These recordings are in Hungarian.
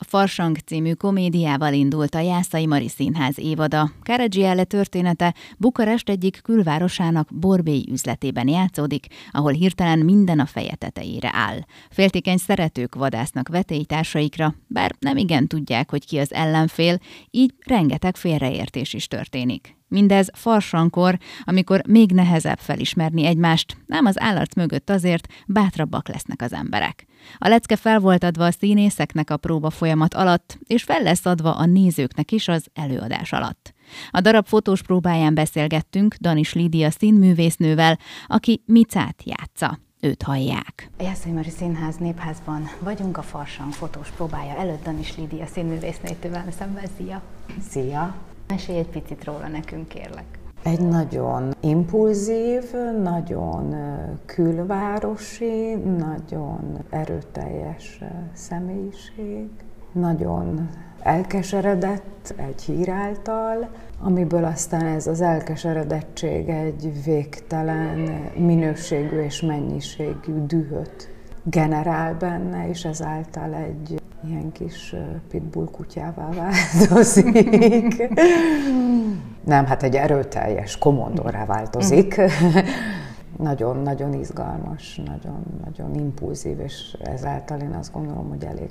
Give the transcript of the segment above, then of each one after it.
Farsang című komédiával indult a Jászai Mari Színház évada. Caragiale története Bukarest egyik külvárosának borbély üzletében játszódik, ahol hirtelen minden a feje tetejére áll. Féltékeny szeretők vadásznak vetélytársaikra, bár nem igen tudják, hogy ki az ellenfél, így rengeteg félreértés is történik. Mindez farsangkor, amikor még nehezebb felismerni egymást, ám az állarc mögött azért bátrabbak lesznek az emberek. A lecke fel volt adva a színészeknek a próba folyamat alatt, és fel lesz adva a nézőknek is az előadás alatt. A darab fotós próbáján beszélgettünk Danis Lídia színművésznővel, aki Micát játsza. Őt hallják. A Jászai Mari Színház Népházban vagyunk, a farsang fotós próbája előtt. Danis Lídia színművésznőtől szemben. Szia! Szia! Mesélj egy picit róla nekünk, kérlek. Egy nagyon impulzív, nagyon külvárosi, nagyon erőteljes személyiség, nagyon elkeseredett egy hír által, amiből aztán ez az elkeseredettség egy végtelen minőségű és mennyiségű dühöt generál benne, és ezáltal egy ilyen kis pitbull kutyává változik. Nem, hát egy erőteljes komondorrá változik. Nagyon-nagyon izgalmas, nagyon impulzív, és ezáltal én azt gondolom, hogy elég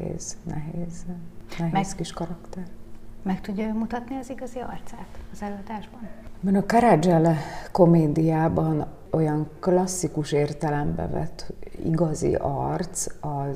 nehéz kis karakter. Meg tudja ő mutatni az igazi arcát az előadásban? A Caragiale komédiában olyan klasszikus értelembe vett igazi arc,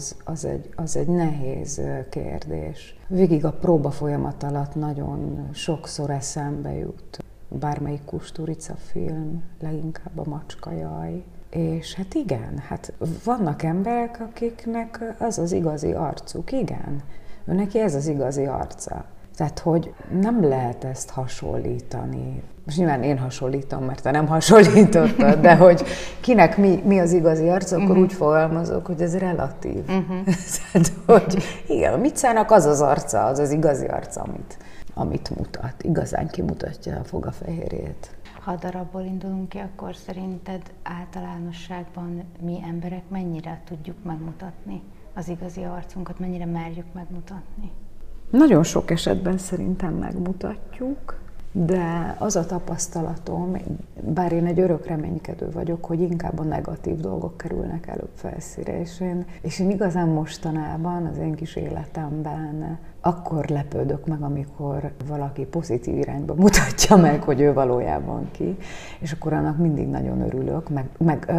az egy nehéz kérdés. Végig a próba folyamat alatt nagyon sokszor eszembe jut bármelyik Kusturica film, leginkább a Macskajaj. És hát igen, hát vannak emberek, akiknek az az igazi arcuk, igen. Őneki ez az igazi arca. Tehát, hogy nem lehet ezt hasonlítani. Most nyilván én hasonlítom, mert te nem hasonlítottad, de hogy kinek mi az igazi arc, akkor úgy fogalmazok, hogy ez relatív. Tehát, hogy igen, a Micának az az arca, az az igazi arca, amit mutat. Igazán kimutatja a fogafehérjét. Ha a darabból indulunk ki, akkor szerinted általánosságban mi emberek mennyire tudjuk megmutatni az igazi arcunkat, mennyire merjük megmutatni? Nagyon sok esetben szerintem megmutatjuk, de az a tapasztalatom, bár én egy örök reménykedő vagyok, hogy inkább a negatív dolgok kerülnek előbb felszínre, és én igazán mostanában az én kis életemben akkor lepődök meg, amikor valaki pozitív irányba mutatja meg, hogy ő valójában ki, és akkor annak mindig nagyon örülök, meg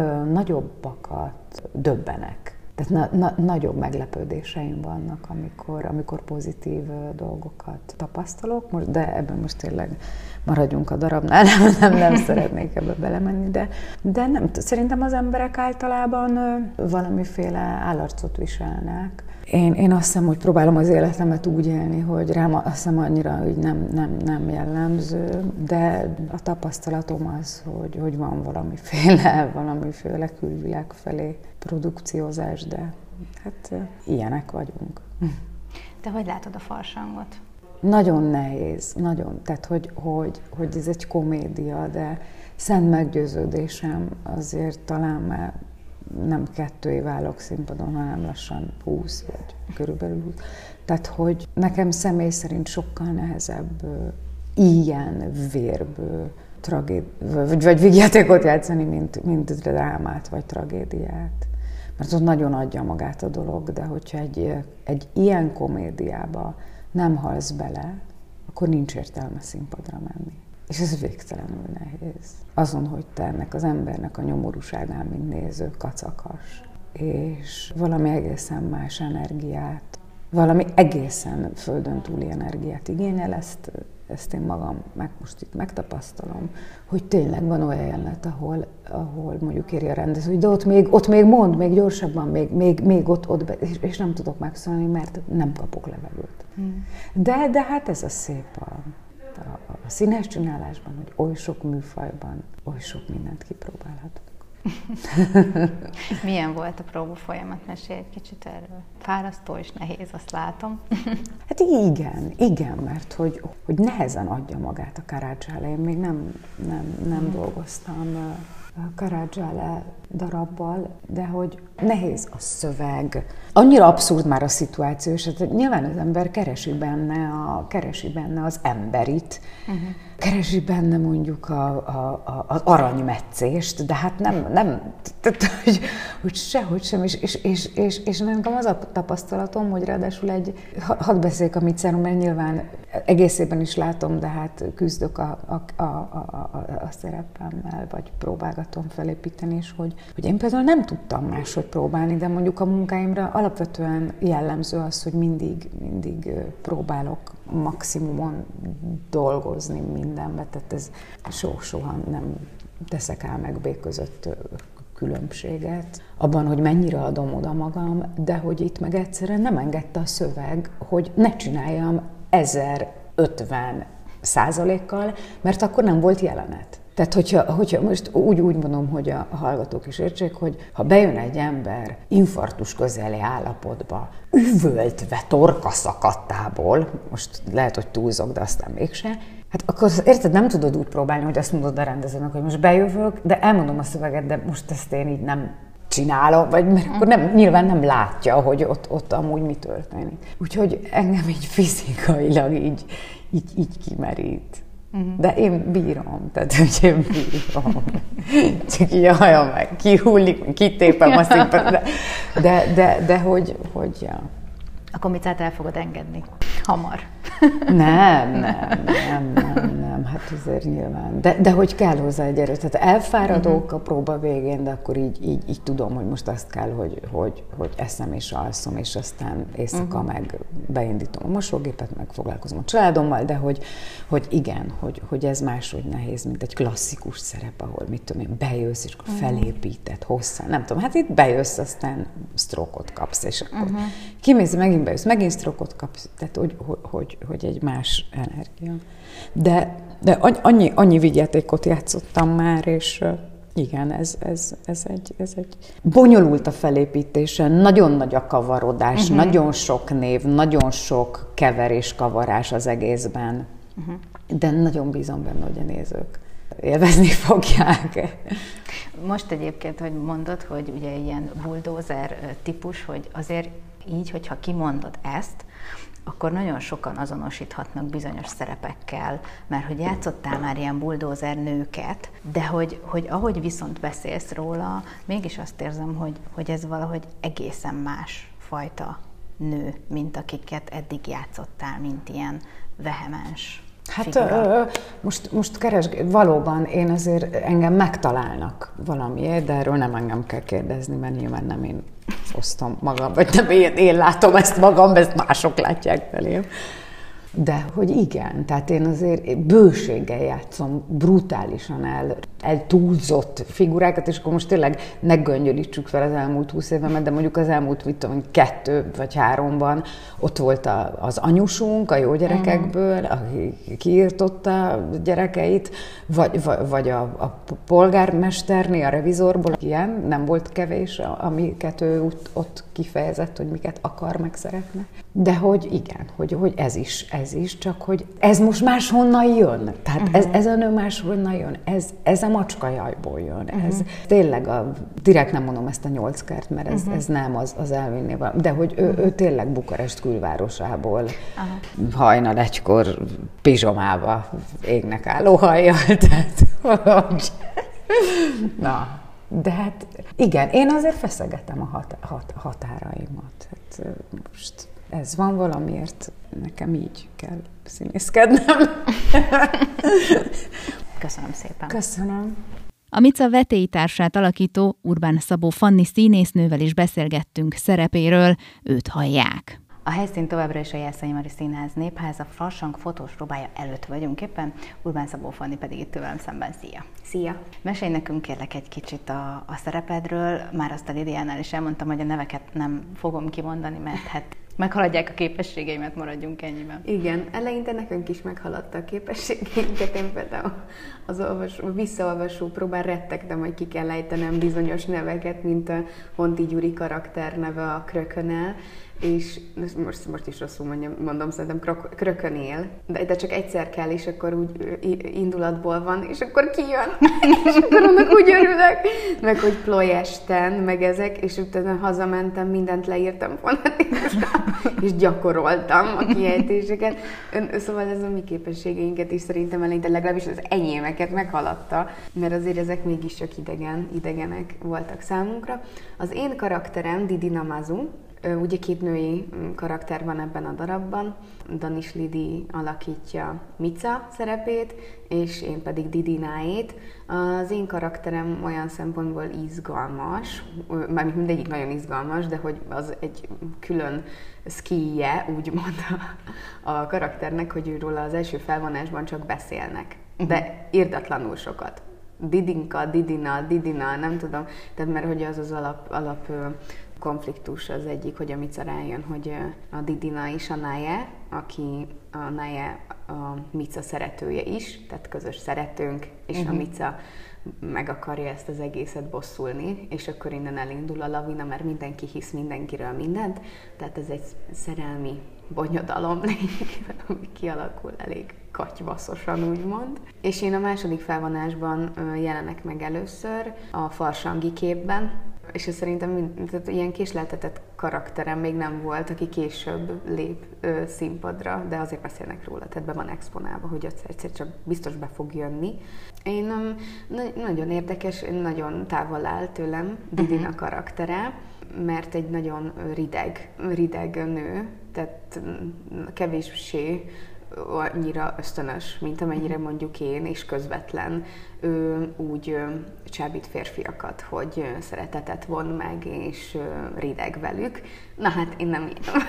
nagyobbakat döbbenek. Tehát nagyobb meglepődéseim vannak, amikor pozitív dolgokat tapasztalok, de ebben most tényleg maradjunk a darabnál, nem szeretnék ebbe belemenni, de nem, szerintem az emberek általában valamiféle állarcot viselnek. Én azt hiszem, hogy próbálom az életemet úgy élni, hogy rám azt hiszem annyira hogy nem jellemző, de a tapasztalatom az, hogy van valamiféle külvilág felé produkciózás, de hát ilyenek vagyunk. Te hogy látod a farsangot? Nagyon nehéz, tehát hogy ez egy komédia, de szent meggyőződésem azért talán már nem 2 év állok színpadon, hanem lassan 20 vagy körülbelül. Tehát, hogy nekem személy szerint sokkal nehezebb ilyen vérből vagy vígjátékot játszani, mint drámát vagy tragédiát. Mert ott nagyon adja magát a dolog, de hogyha egy ilyen komédiába nem halsz bele, akkor nincs értelme színpadra menni. És ez végtelenül nehéz. Azon, hogy te ennek az embernek a nyomorúságán, mint néző, kacakas, és valami egészen más energiát, valami egészen földön túli energiát igényel, ezt én magam most itt megtapasztalom, hogy tényleg van olyan jelenet, ahol mondjuk írja a rendező, hogy de ott még mond, még gyorsabban, még ott és nem tudok megszólni, mert nem kapok levegőt. De hát ez a szép a színes csinálásban, hogy oly sok műfajban, oly sok mindent kipróbálhatunk. Milyen volt a próba folyamat? Mesélj egy kicsit erről. Fárasztó és nehéz, azt látom. Hát igen, mert hogy nehezen adja magát a Caragiale. Én még nem dolgoztam Karadzsale darabbal, de hogy nehéz a szöveg. Annyira abszurd már a szituáció, és hát nyilván az ember keresi benne az emberit, keresi benne mondjuk az aranymetszést, de hát nem tehát, hogy sehogy sem, és nekem az a tapasztalatom, hogy ráadásul hadd beszéljek a Micáról, mert nyilván egészében is látom, de hát küzdök a szerepemmel, vagy próbálgatom felépíteni, és hogy én például nem tudtam máshogy próbálni, de mondjuk a munkáimra alapvetően jellemző az, hogy mindig próbálok maximumon dolgozni mindenbe, tehát ez soha nem teszek el meg B között különbséget abban, hogy mennyire adom oda magam, de hogy itt meg egyszerűen nem engedte a szöveg, hogy ne csináljam 1050%-kal, mert akkor nem volt jelenet. Tehát, hogyha most úgy mondom, hogy a hallgatók is értsék, hogy ha bejön egy ember infarktus közeli állapotba, üvöltve torkaszakadtából, most lehet, hogy túlzok, de aztán mégse, hát akkor érted, nem tudod úgy próbálni, hogy azt mondod a rendezőnek, hogy most bejövök, de elmondom a szöveget, de most ezt én így nem csinálom, vagy mert akkor nyilván nem látja, hogy ott amúgy mi történik. Úgyhogy engem így fizikailag így kimerít. De én bírom, tehát hogy én bírom. Csak így a hajam meg kihullik, kitépem a színpadra. De hogy ja. Akkor Micát el fogod engedni? Hamar. Nem, hát azért nyilván. De hogy kell hozzá egy erő. Tehát elfáradok a próba végén, de akkor így tudom, hogy most azt kell, hogy eszem és alszom, és aztán éjszaka meg beindítom a mosógépet, meg foglalkozom a családommal, de hogy igen, hogy ez máshogy nehéz, mint egy klasszikus szerep, ahol mit tudom én, bejössz, és akkor felépített hosszan. Nem tudom, hát itt bejössz, aztán sztrókot kapsz, és akkor kimész, megint bejössz, megint sztrókot kapsz, tehát hogy egy más energia. De annyi vigyátékot játszottam már, és igen, ez egy bonyolult a felépítése, nagyon nagy a kavarodás, nagyon sok név, nagyon sok keverés, kavarás az egészben, de nagyon bízom benne, hogy a nézők élvezni fogják. Most egyébként, hogy mondod, hogy ugye ilyen buldózer típus, hogy azért így, hogyha kimondod ezt, akkor nagyon sokan azonosíthatnak bizonyos szerepekkel, mert hogy játszottál már ilyen buldózer nőket, de hogy ahogy viszont beszélsz róla, mégis azt érzem, hogy ez valahogy egészen más fajta nő, mint akiket eddig játszottál, mint ilyen vehemens figura. Most valóban én azért engem megtalálnak valamiért, de erről nem engem kell kérdezni, mert nyilván nem én osztom magam, vagy nem én látom ezt magam, ezt mások látják felém. De hogy igen, tehát én azért bőséggel játszom brutálisan eltúlzott figurákat, és akkor most tényleg ne göngyölítsük fel az elmúlt 20 évemet, de mondjuk az elmúlt 2 vagy 3-ban ott volt az anyusunk a jó gyerekekből, aki kiirtotta a gyerekeit, vagy a polgármesterné, a revizorból, ilyen nem volt kevés, amiket ő ott kifejezett, hogy miket akar, meg szeretne. De hogy igen, hogy ez is, csak hogy ez most máshonnan jön. Tehát ez a nő máshonnan jön. Ez a macska jajból jön. Ez tényleg direkt nem mondom ezt a 8 kert, mert ez nem az elvinné valami. De hogy ő tényleg Bukarest külvárosából hajnal 1-kor pizsomába égnek álló hajjal. Tehát, na, de hát igen, én azért feszegetem a határaimat. Hát, most ez van valamiért, nekem így kell színészkednem. Köszönöm szépen. Köszönöm. A Mica vetélytársát alakító Urbán Szabó Fanni színésznővel is beszélgettünk szerepéről, őt hallják. A helyszín továbbra is a Jászai Mari Színház Népháza farsang fotós próbája előtt vagyunk éppen, Urbán Szabó Fanni pedig itt tőlem szemben. Szia! Szia! Mesélj nekünk kérlek egy kicsit a szerepedről, már azt a Lidiánál is elmondtam, hogy a neveket nem fogom kimondani, mert meghaladják a képességeimet, maradjunk ennyiben. Igen, eleinte nekünk is meghaladta a képességeinket, én például visszaolvasó próbán rettegtem, hogy ki kell ejtenem bizonyos neveket, mint a Honti Gyuri karakter neve a Krökönel, és most is rosszul mondom, szerintem Krökönél, de csak egyszer kell, és akkor úgy indulatból van, és akkor kijön, és akkor annak úgy örülök, meg hogy Ploiesten, meg ezek, és utána hazamentem, mindent leírtam fonetikusan, és gyakoroltam a kiejtéseket. Szóval ez a mi képességeinket is szerintem eleinte legalábbis az enyémeket meghaladta, mert azért ezek mégiscsak idegenek voltak számunkra. Az én karakterem Didi Namazu, ugye 2 női karakter van ebben a darabban, Danis Lidi alakítja Mica szerepét, és én pedig Didi Náét. Az én karakterem olyan szempontból izgalmas, mármint mindegyik nagyon izgalmas, de hogy az egy külön szkíje, úgymond a karakternek, hogy róla az első felvonásban csak beszélnek, de irdatlanul sokat. Didinka, Didina, nem tudom, tehát mert hogy az alap konfliktus az egyik, hogy a Mica rájön, hogy a Didina is a Náje, aki a Náje a Mica szeretője is, tehát közös szeretőnk, és a Mica meg akarja ezt az egészet bosszulni, és akkor innen elindul a lavina, mert mindenki hisz mindenkiről mindent, tehát ez egy szerelmi bonyodalom, ami kialakul elég katyvaszosan, úgymond. És én a második felvonásban jelenek meg először a farsangi képben, és ez szerintem tehát ilyen késleltetett karakterem még nem volt, aki később lép színpadra, de azért beszélnek róla, tehát be van exponálva, hogy egyszer csak biztos be fog jönni. Én nagyon érdekes, nagyon távol áll tőlem Didina karaktere, mert egy nagyon rideg nő, tehát kevéssé annyira ösztönös, mint amennyire mondjuk én, és közvetlen. Ő úgy csábít férfiakat, hogy szeretetet von meg, és rideg velük. Na hát én nem ilyen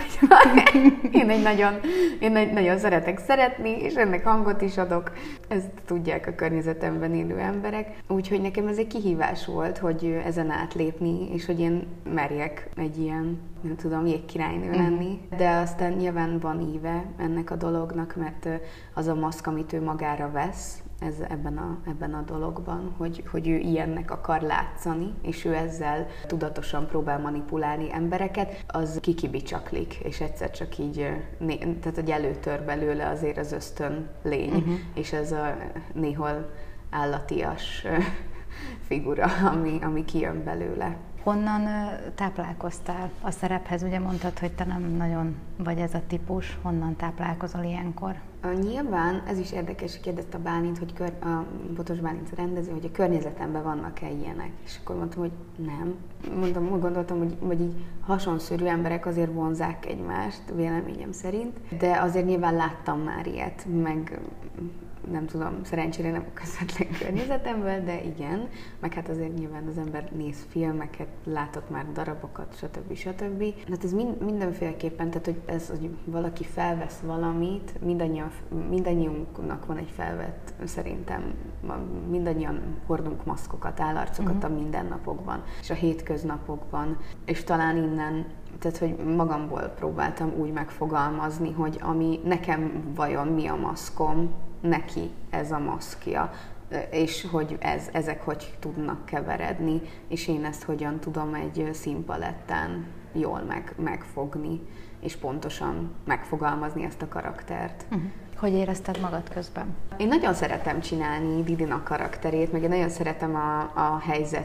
vagyok. Én nagyon szeretek szeretni, és ennek hangot is adok. Ezt tudják a környezetemben élő emberek. Úgyhogy nekem ez egy kihívás volt, hogy ezen átlépni, és hogy én merjek egy ilyen, nem tudom, jégkirálynő lenni. De aztán nyilván van íve ennek a dolognak, mert az a maszk, amit ő magára vesz, ez ebben a dologban, hogy ő ilyennek akar látszani, és ő ezzel tudatosan próbál manipulálni embereket, az kikibicsaklik, és egyszer csak így, tehát hogy előtör belőle azért az ösztön lény, és ez a néhol állatias figura, ami kijön belőle. Honnan táplálkoztál a szerephez? Ugye mondtad, hogy te nem nagyon vagy ez a típus. Honnan táplálkozol ilyenkor? Nyilván, ez is érdekes, kérdezte a Bálint, hogy a Botos Bálint rendező, hogy a környezetemben vannak-e ilyenek. És akkor mondtam, hogy nem. Úgy gondoltam, hogy így hasonszörű emberek azért vonzák egymást, véleményem szerint. De azért nyilván láttam már ilyet, meg nem tudom, szerencsére nem a közvetlen környezetemből, de igen, meg hát azért nyilván az ember néz filmeket, látott már darabokat, stb. Hát ez mindenféleképpen, tehát hogy ez, hogy valaki felvesz valamit, mindannyiunknak van egy felvett, szerintem mindannyian hordunk maszkokat, állarcokat a mindennapokban, és a hétköznapokban, és talán innen, tehát hogy magamból próbáltam úgy megfogalmazni, hogy ami nekem vajon mi a maszkom, neki ez a maszkja, és hogy ezek hogy tudnak keveredni, és én ezt hogyan tudom egy színpalettán jól megfogni, és pontosan megfogalmazni ezt a karaktert. Hogy érezted magad közben? Én nagyon szeretem csinálni Didina karakterét, meg én nagyon szeretem a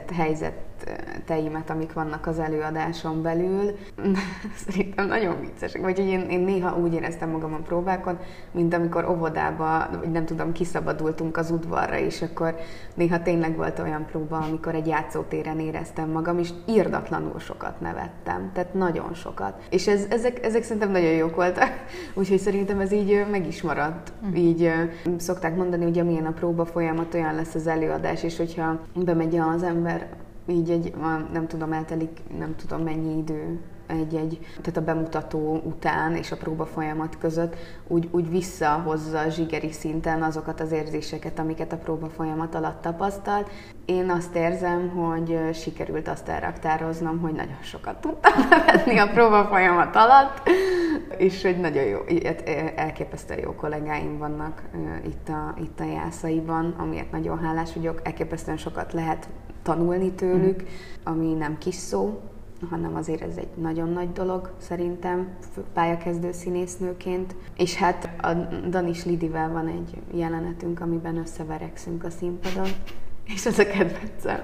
helyzeteimet, amik vannak az előadáson belül. Szerintem nagyon viccesek. Vagy én néha úgy éreztem magam a próbákon, mint amikor óvodába, vagy nem tudom, kiszabadultunk az udvarra, és akkor néha tényleg volt olyan próba, amikor egy játszótéren éreztem magam, és irdatlanul sokat nevettem. Tehát nagyon sokat. És ezek szerintem nagyon jók voltak. Úgyhogy szerintem ez így meg is maradt. Így szokták mondani, hogy amilyen a próba folyamat, olyan lesz az előadás, és hogyha bemegy az ember, így nem tudom, eltelik nem tudom mennyi idő, tehát a bemutató után és a próba folyamat között úgy visszahozza a zsigeri szinten azokat az érzéseket, amiket a próba folyamat alatt tapasztalt. Én azt érzem, hogy sikerült azt elraktároznom, hogy nagyon sokat tudtam nevetni a próba folyamat alatt, és hogy nagyon jó, elképesztően jó kollégáim vannak itt a Jászaiban, amiért nagyon hálás vagyok. Elképesztően sokat lehet tanulni tőlük, ami nem kis szó, hanem azért ez egy nagyon nagy dolog szerintem pályakezdő színésznőként. És hát a Danis Lidivel van egy jelenetünk, amiben összeverekszünk a színpadon, és az a kedvencem.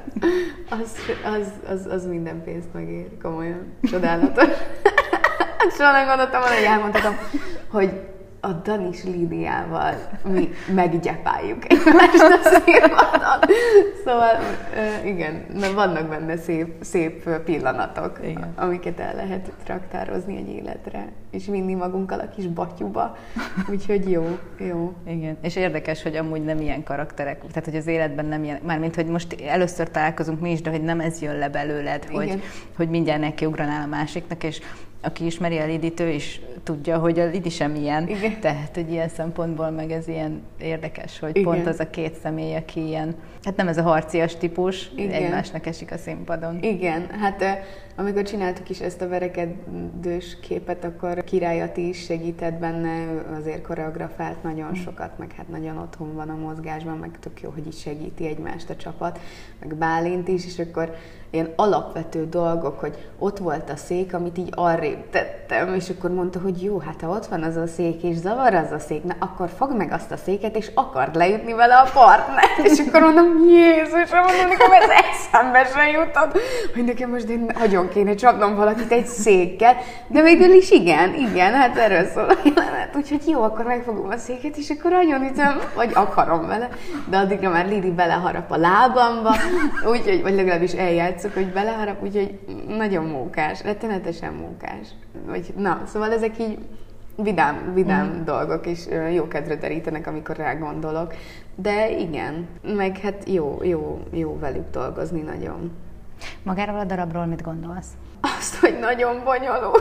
Az minden pénzt megér, komolyan. Csodálatos. Soha nem gondoltam volna, hogy elmondhatom, hogy a Danis Lidiával mi meggyepáljuk egymást a színpadon. Szóval igen, vannak benne szép pillanatok, igen, amiket el lehet raktározni egy életre, és vinni magunkkal a kis batyuba. Úgyhogy jó. Igen, és érdekes, hogy amúgy nem ilyen karakterek, tehát hogy az életben nem ilyen, mármint hogy most először találkozunk mi is, de hogy nem ez jön le belőled, hogy mindjárt nekiugranál a másiknak, és aki ismeri a Lidit, ő is tudja, hogy a Lidi sem ilyen. Igen. Tehát, hogy ilyen szempontból meg ez ilyen érdekes, hogy igen, pont az a két személy, aki ilyen, hát nem ez a harcias típus, igen, egymásnak esik a színpadon. Igen, hát amikor csináltuk is ezt a verekedős képet, akkor Király Ati is segített benne, azért koreografált nagyon sokat, meg hát nagyon otthon van a mozgásban, meg tök jó, hogy így segíti egymást a csapat, meg Bálint is, és akkor ilyen alapvető dolgok, hogy ott volt a szék, amit így arrébb tettem, és akkor mondta, hogy jó, hát ha ott van az a szék, és zavar az a szék, na akkor fogd meg azt a széket, és akard leütni vele a partnert. És akkor mondom, Jézusom, mondom, nekem ez eszembe sem jutott, hogy nekem most én nagyon kéne csapnom valakit egy székkel, de végül is igen, hát erről szól a jelenet. Úgyhogy jó, akkor megfogom a széket, és akkor nagyon ütöm, vagy akarom vele, de addigra már Lidi beleharap a lábamba, úgyhogy, vagy legalábbis eljátszok, hogy beleharap, úgyhogy nagyon mókás, rettenetesen mókás. Na, szóval ezek így vidám dolgok, és jó kedvre derítenek, amikor rá gondolok. De igen, meg hát jó velük dolgozni nagyon. Magáról a darabról mit gondolsz? Azt, hogy nagyon bonyolult.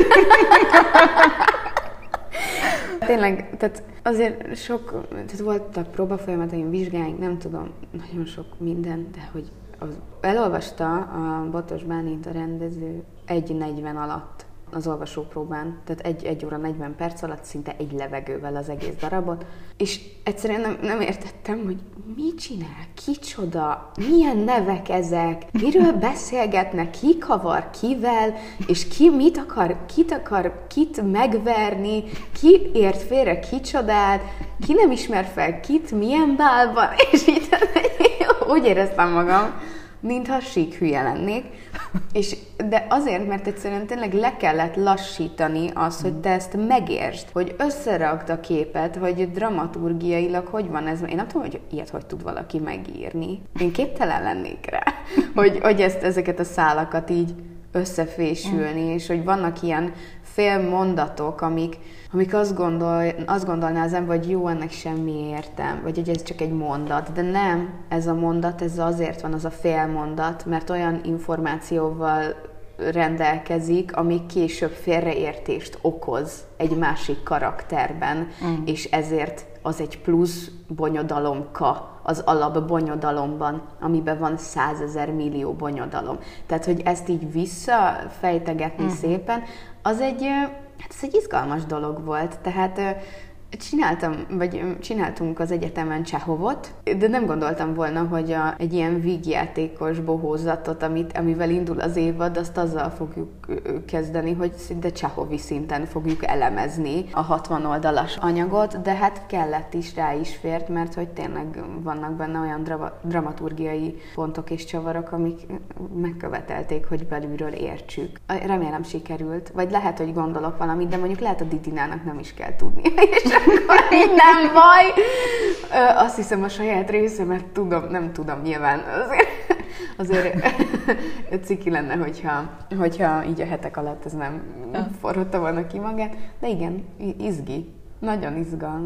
Tényleg, tehát azért tehát voltak próbafolyamataim, vizsgáink, nem tudom, nagyon sok minden, de hogy elolvasta a Botos Bálint, a rendező 1:40 alatt az olvasópróbán, tehát 1 óra 40 perc alatt szinte egy levegővel az egész darabot, és egyszerűen nem értettem, hogy mit csinál, kicsoda, milyen nevek ezek, miről beszélgetnek, ki kavar kivel, és ki kit akar kit megverni, ki ért félre kicsodát, ki nem ismer fel kit, milyen bálban, és így úgy éreztem magam, mintha sík hülye lennék, de azért, mert egyszerűen tényleg le kellett lassítani azt, hogy te ezt megértsd, hogy összerakd a képet, hogy dramaturgiailag hogy van ez. Én nem tudom, hogy ilyet hogy tud valaki megírni. Én képtelen lennék rá, hogy ezeket a szálakat így összefésülni, és hogy vannak ilyen félmondatok, amik azt gondolná az ember, hogy jó, ennek semmi értem, vagy hogy ez csak egy mondat, de nem, ez a mondat, ez azért van az a félmondat, mert olyan információval rendelkezik, ami később félreértést okoz egy másik karakterben, és ezért az egy plusz bonyodalomka az alap bonyodalomban, amiben van 100 000 millió bonyodalom. Tehát, hogy ezt így visszafejtegetni szépen, ez egy izgalmas dolog volt. Tehát csináltunk az egyetemen Csehovot, de nem gondoltam volna, hogy egy ilyen vígjátékos bohózatot, amivel indul az évad, azt azzal fogjuk kezdeni, hogy szinte Csehovi szinten fogjuk elemezni a 60 oldalas anyagot, de hát kellett is, rá is fért, mert hogy tényleg vannak benne olyan dramaturgiai pontok és csavarok, amik megkövetelték, hogy belülről értsük. Remélem sikerült, vagy lehet, hogy gondolok valamit, de mondjuk lehet a Didinának nem is kell tudni. Akkor így nem baj. Azt hiszem a saját részemet nem tudom nyilván. Azért ciki lenne, hogyha így a hetek alatt ez nem forrotta volna ki magát. De igen, izgi. Nagyon izgalmas.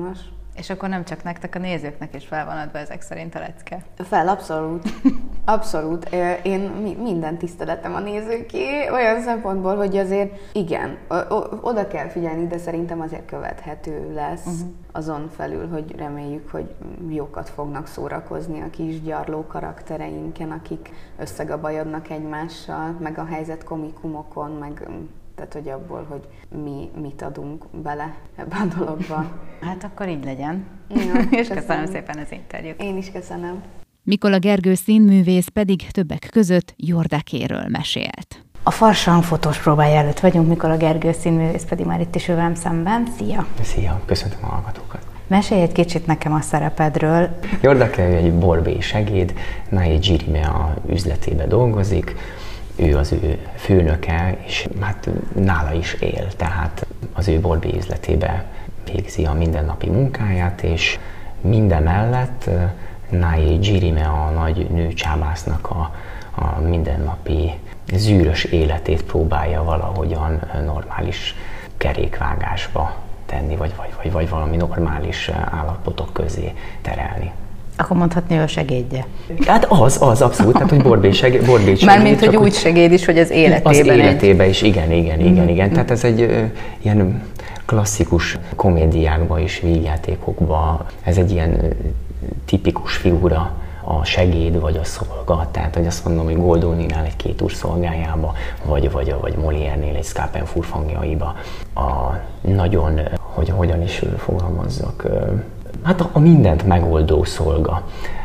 És akkor nem csak nektek, a nézőknek is fel van adva ezek szerint a lecke. Fel, abszolút. Abszolút. Én minden tiszteletem a nézőké, olyan szempontból, hogy azért igen, oda kell figyelni, de szerintem azért követhető lesz. Azon felül, hogy reméljük, hogy jókat fognak szórakozni a kis gyarló karaktereinken, akik összegabajodnak egymással, meg a helyzet komikumokon, meg tehát, hogy abból, hogy mi mit adunk bele ebbe a dologba. Hát akkor így legyen. Ja, és köszönöm szépen az interjút. Én is köszönöm. Mikola Gergő színművész pedig többek között Jordakéről mesélt. A farsangfotós próbája előtt vagyunk, Mikola Gergő színművész pedig már itt is ő velem szemben. Szia! Szia! Köszöntöm a hallgatókat! Mesélj egy kicsit nekem a szerepedről. Jordake egy borbély segéd, Nae Jirime a üzletébe dolgozik, ő az ő főnöke, és hát nála is él, tehát az ő borbély üzletébe végzi a mindennapi munkáját, és mindemellett Nae Jirime a nagy nőcsábásznak a mindennapi zűrös életét próbálja valahogyan normális kerékvágásba tenni, vagy valami normális állapotok közé terelni. Akkor mondhatni, ő a segédje. Hát az abszolút, tehát hogy borbély segéd. Mármint, hogy úgy segéd is, hogy az életében. Az életében is, igen. Tehát ez egy ilyen klasszikus komédiákban és vígjátékokban, ez egy ilyen tipikus figura, a segéd vagy a szolga, tehát hogy azt mondom, hogy Goldóninál egy két úr szolgájába, vagy Molière-nél egy Scapin furfangjaiba, a nagyon, hogyan is fogalmazzak, hát a mindent megoldó szolga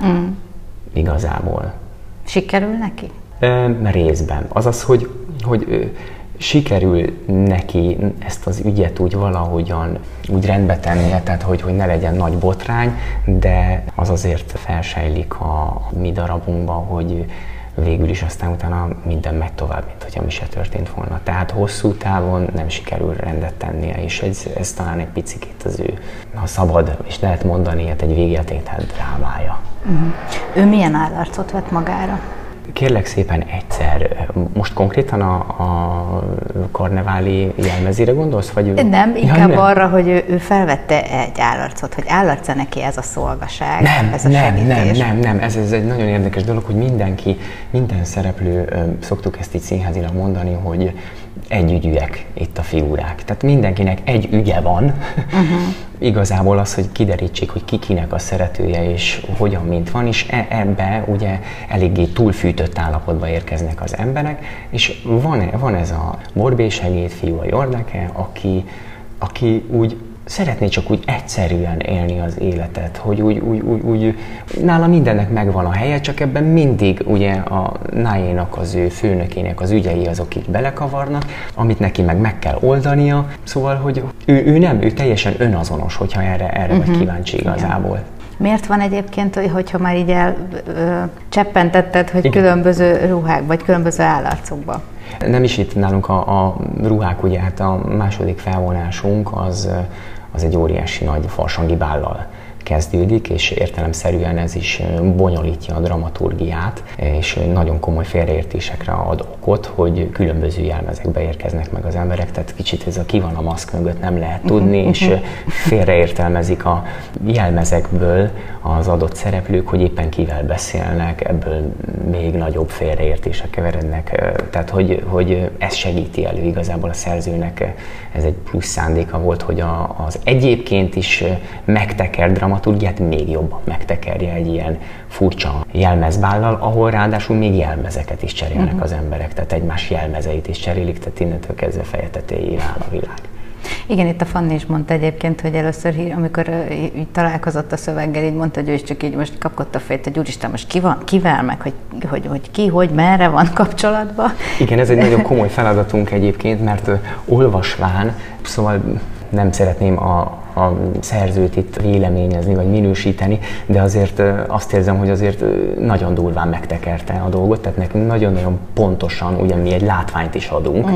igazából. Sikerül neki? Részben. Azaz, hogy sikerül neki ezt az ügyet úgy valahogyan úgy rendbe tennie, tehát hogy ne legyen nagy botrány, de az azért felsejlik a mi darabunkban, hogy végül is aztán utána minden megy tovább, mint hogyha mi se történt volna. Tehát hosszú távon nem sikerül rendet tennie, és ez talán egy picikét az ő, ha szabad, és lehet mondani, hát egy végjátéktel drámája. Ő milyen állarcot vett magára? Kérlek szépen egyszer, most konkrétan a karneváli jelmezére gondolsz? Vagy... Nem, inkább arra, hogy ő felvette egy állarcot, hogy állarca neki ez a szolgaság, ez a segítés. Nem, ez egy nagyon érdekes dolog, hogy minden szereplő, szoktuk ezt így színházilag mondani, hogy együgyűek itt a figurák. Tehát mindenkinek egy ügye van. Igazából az, hogy kiderítsék, hogy kinek a szeretője és hogyan, mint van, és ebbe ugye eléggé túlfűtött állapotba érkeznek az emberek, és van ez a borbély segédfiú, a Jordake, aki úgy szeretné csak úgy egyszerűen élni az életet, hogy úgy nála mindennek megvan a helye, csak ebben mindig ugye a Nae-nak, az ő főnökének az ügyei azok, akik belekavarnak, amit neki meg kell oldania, szóval, hogy ő teljesen önazonos, hogyha erre vagy kíváncsi igazából. Miért van egyébként, hogyha már így cseppentetted, hogy különböző ruhák, vagy különböző állarcokba? Nem is itt nálunk a ruhák, ugye hát a második felvonásunk az egy óriási nagy farsangi bállal kezdődik, és értelemszerűen ez is bonyolítja a dramaturgiát, és nagyon komoly félreértésekre ad okot, hogy különböző jelmezekbe érkeznek meg az emberek, tehát kicsit ez a ki van a maszk mögött nem lehet tudni, és félreértelmezik a jelmezekből az adott szereplők, hogy éppen kivel beszélnek, ebből még nagyobb félreértések keverednek, tehát hogy ez segíti elő igazából a szerzőnek, ez egy plusz szándéka volt, hogy az egyébként is megtekert dramaturgiát még jobban megtekerje egy ilyen furcsa jelmezbállal, ahol ráadásul még jelmezeket is cserélnek az emberek, tehát egymás jelmezeit is cserélik, tehát innentől kezdve feje tetejére áll a világ. Igen, itt a Fanni is mondta egyébként, hogy először, amikor így találkozott a szöveggel, így mondta, hogy ő is csak így most kapkodta a fejét, hogy úristen, most kivel meg, hogy merre van kapcsolatban. Igen, ez egy nagyon komoly feladatunk egyébként, mert olvasván, szóval nem szeretném a szerzőt itt véleményezni, vagy minősíteni, de azért azt érzem, hogy azért nagyon durván megtekerte a dolgot, tehát nekünk nagyon-nagyon pontosan, ugye mi egy látványt is adunk,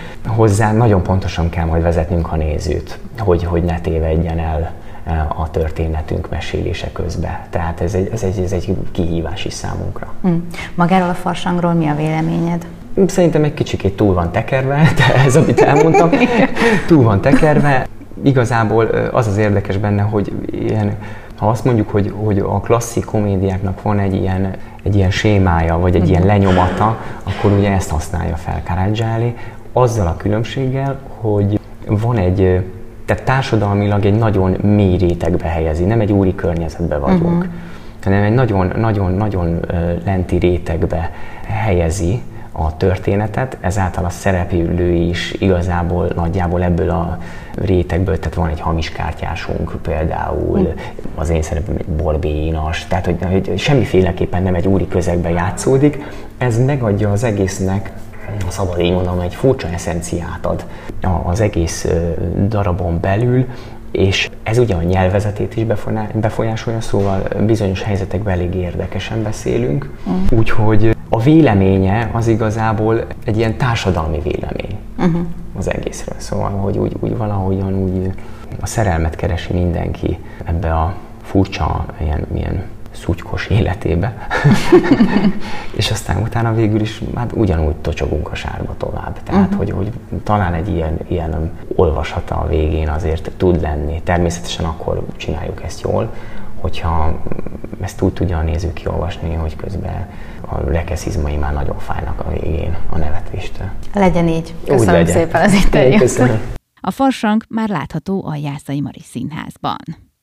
hozzá nagyon pontosan kell majd vezetnünk a nézőt, hogy ne tévedjen el a történetünk mesélése közben. Tehát ez egy kihívás is számunkra. Magáról a farsangról mi a véleményed? Szerintem egy kicsikét túl van tekerve, de ez, amit elmondtam, túl van tekerve. Igazából az az érdekes benne, hogy ha azt mondjuk, hogy a klasszik komédiáknak van egy ilyen sémája, vagy egy ilyen lenyomata, akkor ugye ezt használja fel Caragiale, azzal a különbséggel, hogy van tehát társadalmilag egy nagyon mély rétegbe helyezi, nem egy úri környezetben vagyunk, hanem egy nagyon-nagyon lenti rétegbe helyezi a történetet, ezáltal a szereplő is igazából nagyjából ebből a rétegből, tehát van egy hamis kártyásunk például, az én szerepem egy borbéinas, tehát hogy semmiféleképpen nem egy úri közegben játszódik, ez megadja az egésznek, ha szabad így mondanom, egy furcsa eszenciát ad az egész darabon belül, és ez ugye a nyelvezetét is befolyásolja, szóval bizonyos helyzetekben elég érdekesen beszélünk, úgyhogy a véleménye az igazából egy ilyen társadalmi vélemény az egészről, szóval hogy úgy valahogyan úgy a szerelmet keresi mindenki ebbe a furcsa, ilyen szutykos életébe, és aztán utána végül is hát ugyanúgy tocsogunk a sárba tovább. Tehát, hogy talán egy ilyen olvasata a végén azért tud lenni. Természetesen akkor csináljuk ezt jól, hogyha ezt úgy tudja a néző kiolvasni, hogy közben a rekeszizmai már nagyon fájnak a végén a nevetéstől. Legyen így. Köszönöm szépen az interjút. A Farsang már látható a Jászai Mari Színházban.